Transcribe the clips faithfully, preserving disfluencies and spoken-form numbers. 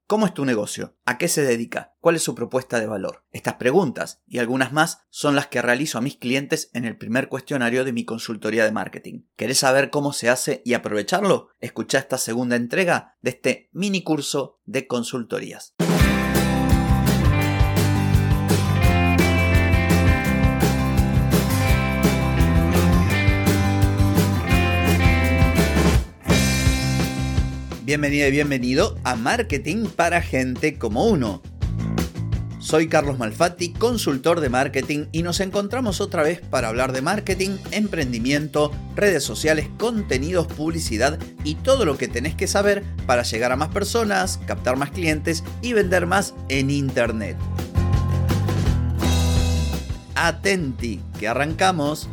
¿Cómo es tu negocio? ¿A qué se dedica? ¿Cuál es su propuesta de valor? Estas preguntas y algunas más son las que realizo a mis clientes en el primer cuestionario de mi consultoría de marketing. ¿Querés saber cómo se hace y aprovecharlo? Escucha esta segunda entrega de este mini curso de consultorías. Bienvenida y bienvenido a Marketing para Gente como Uno. Soy Carlos Malfatti, consultor de marketing, y nos encontramos otra vez para hablar de marketing, emprendimiento, redes sociales, contenidos, publicidad y todo lo que tenés que saber para llegar a más personas, captar más clientes y vender más en Internet. Atenti, que arrancamos.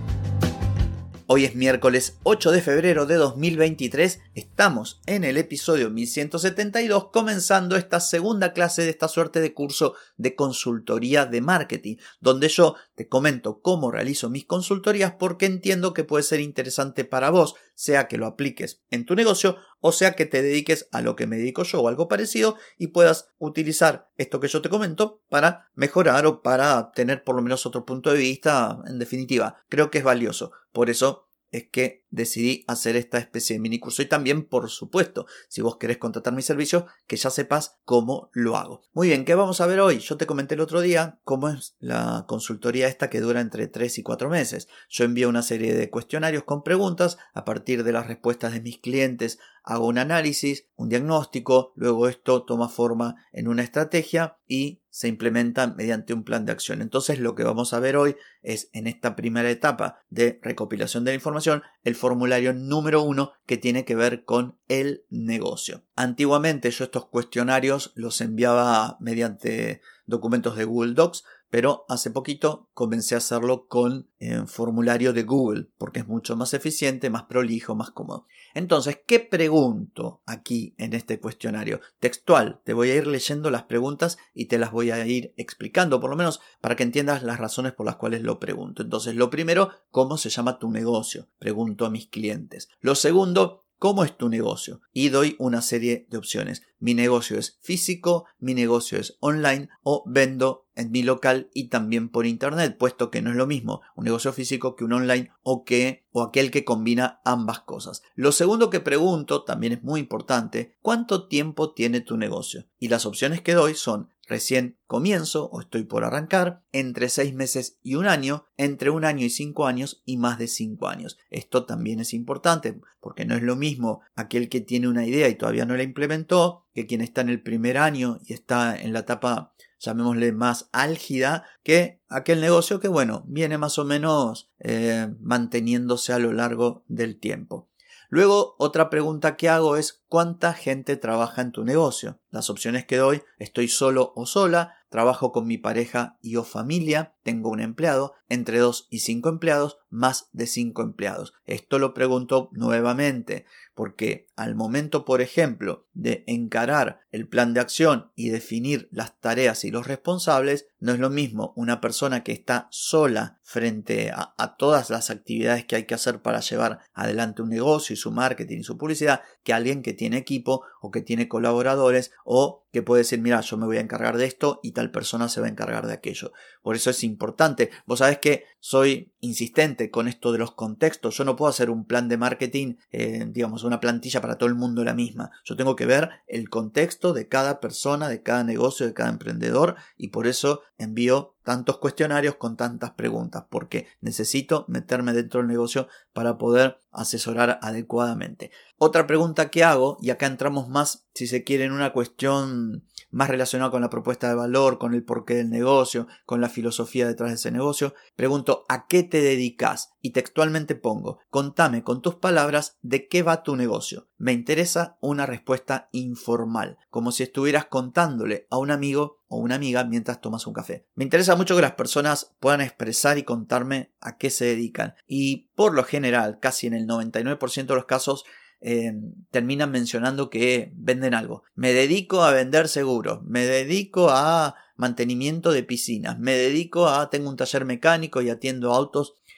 Hoy es miércoles ocho de febrero de dos mil veintitrés, estamos en el episodio mil ciento setenta y dos, comenzando esta segunda clase de esta suerte de curso de consultoría de marketing, donde yo te comento cómo realizo mis consultorías porque entiendo que puede ser interesante para vos, sea que lo apliques en tu negocio o sea que te dediques a lo que me dedico yo o algo parecido y puedas utilizar esto que yo te comento para mejorar o para tener por lo menos otro punto de vista. En definitiva, creo que es valioso. Por eso es que decidí hacer esta especie de mini curso y también, por supuesto, si vos querés contratar mi servicio, que ya sepas cómo lo hago. Muy bien, ¿qué vamos a ver hoy? Yo te comenté el otro día cómo es la consultoría esta que dura entre tres y cuatro meses. Yo envío una serie de cuestionarios con preguntas, a partir de las respuestas de mis clientes hago un análisis, un diagnóstico, luego esto toma forma en una estrategia y se implementa mediante un plan de acción. Entonces lo que vamos a ver hoy es, en esta primera etapa de recopilación de la información, el formulario número uno que tiene que ver con el negocio. Antiguamente yo estos cuestionarios los enviaba mediante documentos de Google Docs, pero hace poquito comencé a hacerlo con eh, formulario de Google porque es mucho más eficiente, más prolijo, más cómodo. Entonces, ¿qué pregunto aquí en este cuestionario? Textual, te voy a ir leyendo las preguntas y te las voy a ir explicando, por lo menos para que entiendas las razones por las cuales lo pregunto. Entonces, lo primero, ¿cómo se llama tu negocio? Pregunto a mis clientes. Lo segundo, ¿cómo es tu negocio? Y doy una serie de opciones. Mi negocio es físico, mi negocio es online o vendo en mi local y también por internet, puesto que no es lo mismo un negocio físico que un online o que o aquel que combina ambas cosas. Lo segundo que pregunto, también es muy importante, ¿cuánto tiempo tiene tu negocio? Y las opciones que doy son: recién comienzo o estoy por arrancar, entre seis meses y un año, entre un año y cinco años y más de cinco años. Esto también es importante porque no es lo mismo aquel que tiene una idea y todavía no la implementó que quien está en el primer año y está en la etapa, llamémosle, más álgida, que aquel negocio que, bueno, viene más o menos eh, manteniéndose a lo largo del tiempo. Luego, otra pregunta que hago es: ¿cuánta gente trabaja en tu negocio? Las opciones que doy: estoy solo o sola, trabajo con mi pareja y o familia, tengo un empleado, entre dos y cinco empleados, más de cinco empleados. Esto lo pregunto nuevamente porque al momento, por ejemplo, de encarar el plan de acción y definir las tareas y los responsables, no es lo mismo una persona que está sola frente a, a todas las actividades que hay que hacer para llevar adelante un negocio y su marketing y su publicidad, que alguien que tiene equipo o que tiene colaboradores o que puede decir: mira, yo me voy a encargar de esto y tal persona se va a encargar de aquello. Por eso es importante. Vos sabés que soy insistente con esto de los contextos. Yo no puedo hacer un plan de marketing, eh, digamos, una plantilla para todo el mundo la misma. Yo tengo que ver el contexto de cada persona, de cada negocio, de cada emprendedor, y por eso envío tantos cuestionarios con tantas preguntas, porque necesito meterme dentro del negocio para poder asesorar adecuadamente. Otra pregunta que hago, y acá entramos más, si se quiere, en una cuestión más relacionada con la propuesta de valor, con el porqué del negocio, con la filosofía detrás de ese negocio, pregunto: ¿a qué te dedicas? Y textualmente pongo: contame con tus palabras de qué va tu negocio. Me interesa una respuesta informal, como si estuvieras contándole a un amigo o una amiga mientras tomas un café. Me interesa mucho que las personas puedan expresar y contarme a qué se dedican, y por lo general, casi en el noventa y nueve por ciento de los casos, Eh, terminan mencionando que venden algo. Me dedico a vender seguros, me dedico a mantenimiento de piscinas, me dedico a, tengo un taller mecánico y atiendo autos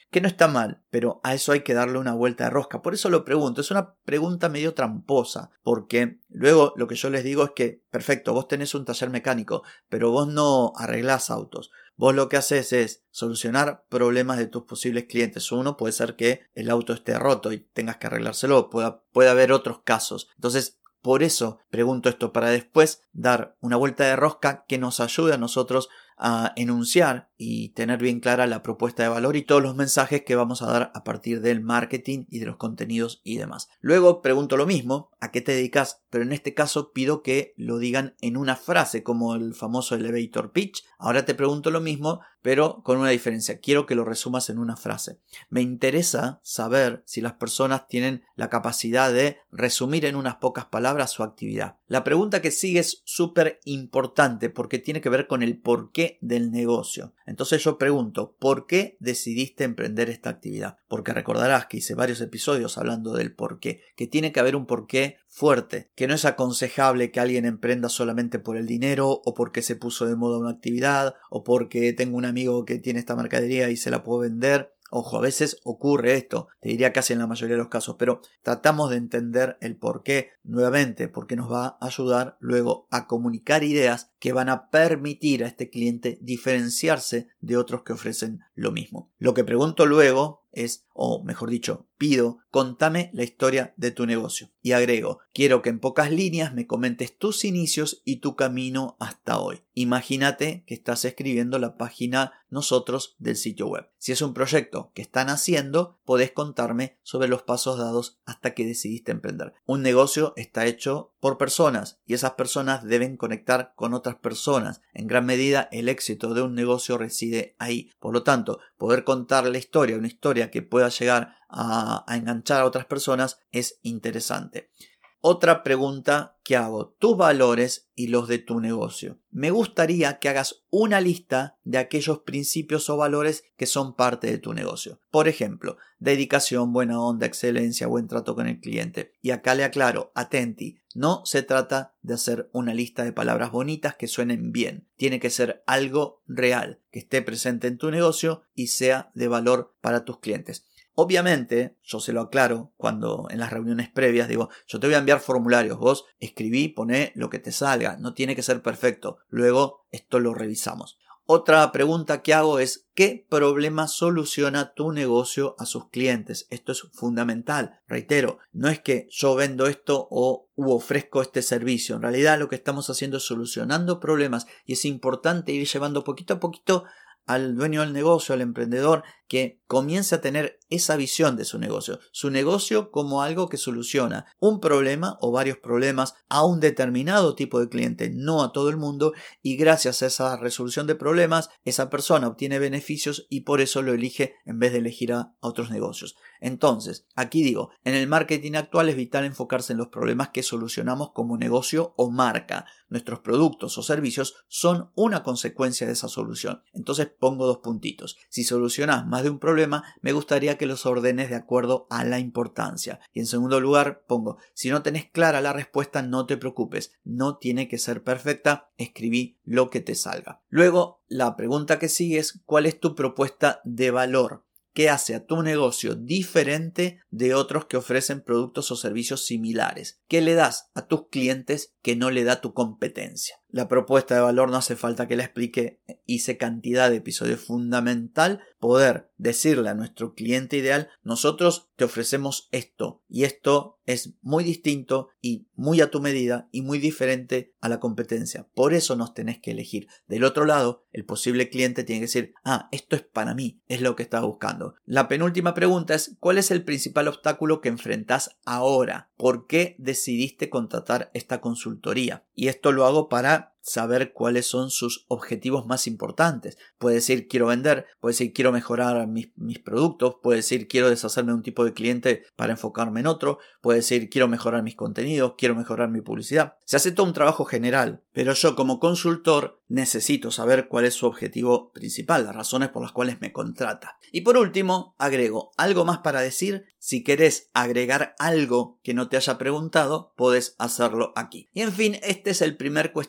que no está mal, pero a eso hay que darle una vuelta de rosca. Por eso lo pregunto, es una pregunta medio tramposa, porque luego lo que yo les digo es que, perfecto, vos tenés un taller mecánico, pero vos no arreglás autos. Vos lo que haces es solucionar problemas de tus posibles clientes. Uno puede ser que el auto esté roto y tengas que arreglárselo, puede, puede haber otros casos. Entonces, por eso pregunto esto, para después dar una vuelta de rosca que nos ayude a nosotros a enunciar y tener bien clara la propuesta de valor y todos los mensajes que vamos a dar a partir del marketing y de los contenidos y demás. Luego pregunto lo mismo, ¿a qué te dedicas? Pero en este caso pido que lo digan en una frase, como el famoso elevator pitch. Ahora te pregunto lo mismo, pero con una diferencia. Quiero que lo resumas en una frase. Me interesa saber si las personas tienen la capacidad de resumir en unas pocas palabras su actividad. La pregunta que sigue es súper importante porque tiene que ver con el porqué del negocio. Entonces yo pregunto, ¿por qué decidiste emprender esta actividad? Porque recordarás que hice varios episodios hablando del porqué, que tiene que haber un porqué fuerte, que no es aconsejable que alguien emprenda solamente por el dinero o porque se puso de moda una actividad o porque tengo un amigo que tiene esta mercadería y se la puedo vender. Ojo, a veces ocurre esto, te diría casi en la mayoría de los casos, pero tratamos de entender el por qué nuevamente, porque nos va a ayudar luego a comunicar ideas que van a permitir a este cliente diferenciarse de otros que ofrecen lo mismo. Lo que pregunto luego es, o mejor dicho, pido, contame la historia de tu negocio. Y agrego, quiero que en pocas líneas me comentes tus inicios y tu camino hasta hoy. Imagínate que estás escribiendo la página Nosotros del sitio web. Si es un proyecto que están haciendo, podés contarme sobre los pasos dados hasta que decidiste emprender. Un negocio está hecho por personas y esas personas deben conectar con otras personas. En gran medida el éxito de un negocio reside ahí. Por lo tanto, poder contar la historia, una historia que pueda llegar a, a enganchar a otras personas es interesante. Otra pregunta que hago, tus valores y los de tu negocio. Me gustaría que hagas una lista de aquellos principios o valores que son parte de tu negocio. Por ejemplo, dedicación, buena onda, excelencia, buen trato con el cliente. Y acá le aclaro, atenti, no se trata de hacer una lista de palabras bonitas que suenen bien. Tiene que ser algo real, que esté presente en tu negocio y sea de valor para tus clientes. Obviamente, yo se lo aclaro cuando en las reuniones previas digo, yo te voy a enviar formularios, vos escribí, poné lo que te salga, no tiene que ser perfecto, luego esto lo revisamos. Otra pregunta que hago es, ¿qué problema soluciona tu negocio a sus clientes? Esto es fundamental. Reitero, no es que yo vendo esto o u ofrezco este servicio. En realidad lo que estamos haciendo es solucionando problemas y es importante ir llevando poquito a poquito al dueño del negocio, al emprendedor, que comience a tener esa visión de su negocio. Su negocio como algo que soluciona un problema o varios problemas a un determinado tipo de cliente, no a todo el mundo, y gracias a esa resolución de problemas, esa persona obtiene beneficios y por eso lo elige en vez de elegir a otros negocios. Entonces, aquí digo, en el marketing actual es vital enfocarse en los problemas que solucionamos como negocio o marca. Nuestros productos o servicios son una consecuencia de esa solución. Entonces pongo dos puntitos. Si solucionas más de un problema, me gustaría que los ordenes de acuerdo a la importancia. Y en segundo lugar pongo, si no tenés clara la respuesta, no te preocupes. No tiene que ser perfecta. Escribí lo que te salga. Luego, la pregunta que sigue es, ¿cuál es tu propuesta de valor? ¿Qué hace a tu negocio diferente de otros que ofrecen productos o servicios similares? ¿Qué le das a tus clientes que no le da tu competencia? La propuesta de valor no hace falta que la explique, hice cantidad de episodios. Fundamental poder decirle a nuestro cliente ideal, nosotros te ofrecemos esto y esto es muy distinto y muy a tu medida y muy diferente a la competencia. Por eso nos tenés que elegir. Del otro lado, el posible cliente tiene que decir, ah, esto es para mí, es lo que estás buscando. La penúltima pregunta es, ¿cuál es el principal obstáculo que enfrentás ahora? ¿Por qué decidiste contratar esta consultoría? Y esto lo hago para saber cuáles son sus objetivos más importantes. Puede decir quiero vender, puede decir quiero mejorar mis, mis productos, puede decir quiero deshacerme de un tipo de cliente para enfocarme en otro, puede decir quiero mejorar mis contenidos, quiero mejorar mi publicidad. Se hace todo un trabajo general, pero yo como consultor necesito saber cuál es su objetivo principal, las razones por las cuales me contrata. Y por último, agrego algo más para decir. Si querés agregar algo que no te haya preguntado, podés hacerlo aquí. Y en fin, este es el primer cuestionario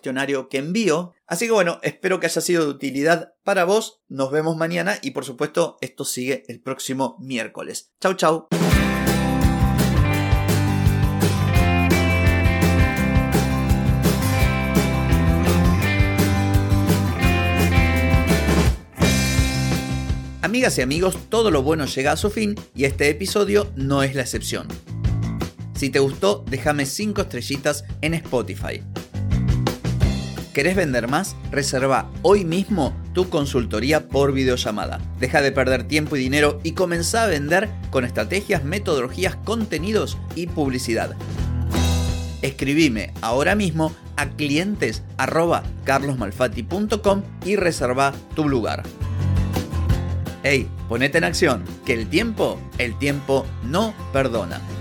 formulario que envío. Así que bueno, espero que haya sido de utilidad para vos. Nos vemos mañana y por supuesto esto sigue el próximo miércoles. Chau, chau. Amigas y amigos, todo lo bueno llega a su fin y este episodio no es la excepción. Si te gustó, déjame cinco estrellitas en Spotify. ¿Querés vender más? Reserva hoy mismo tu consultoría por videollamada. Deja de perder tiempo y dinero y comenzá a vender con estrategias, metodologías, contenidos y publicidad. Escribime ahora mismo a clientes arroba carlosmalfatti punto com y reserva tu lugar. Hey, ponete en acción, que el tiempo, el tiempo no perdona.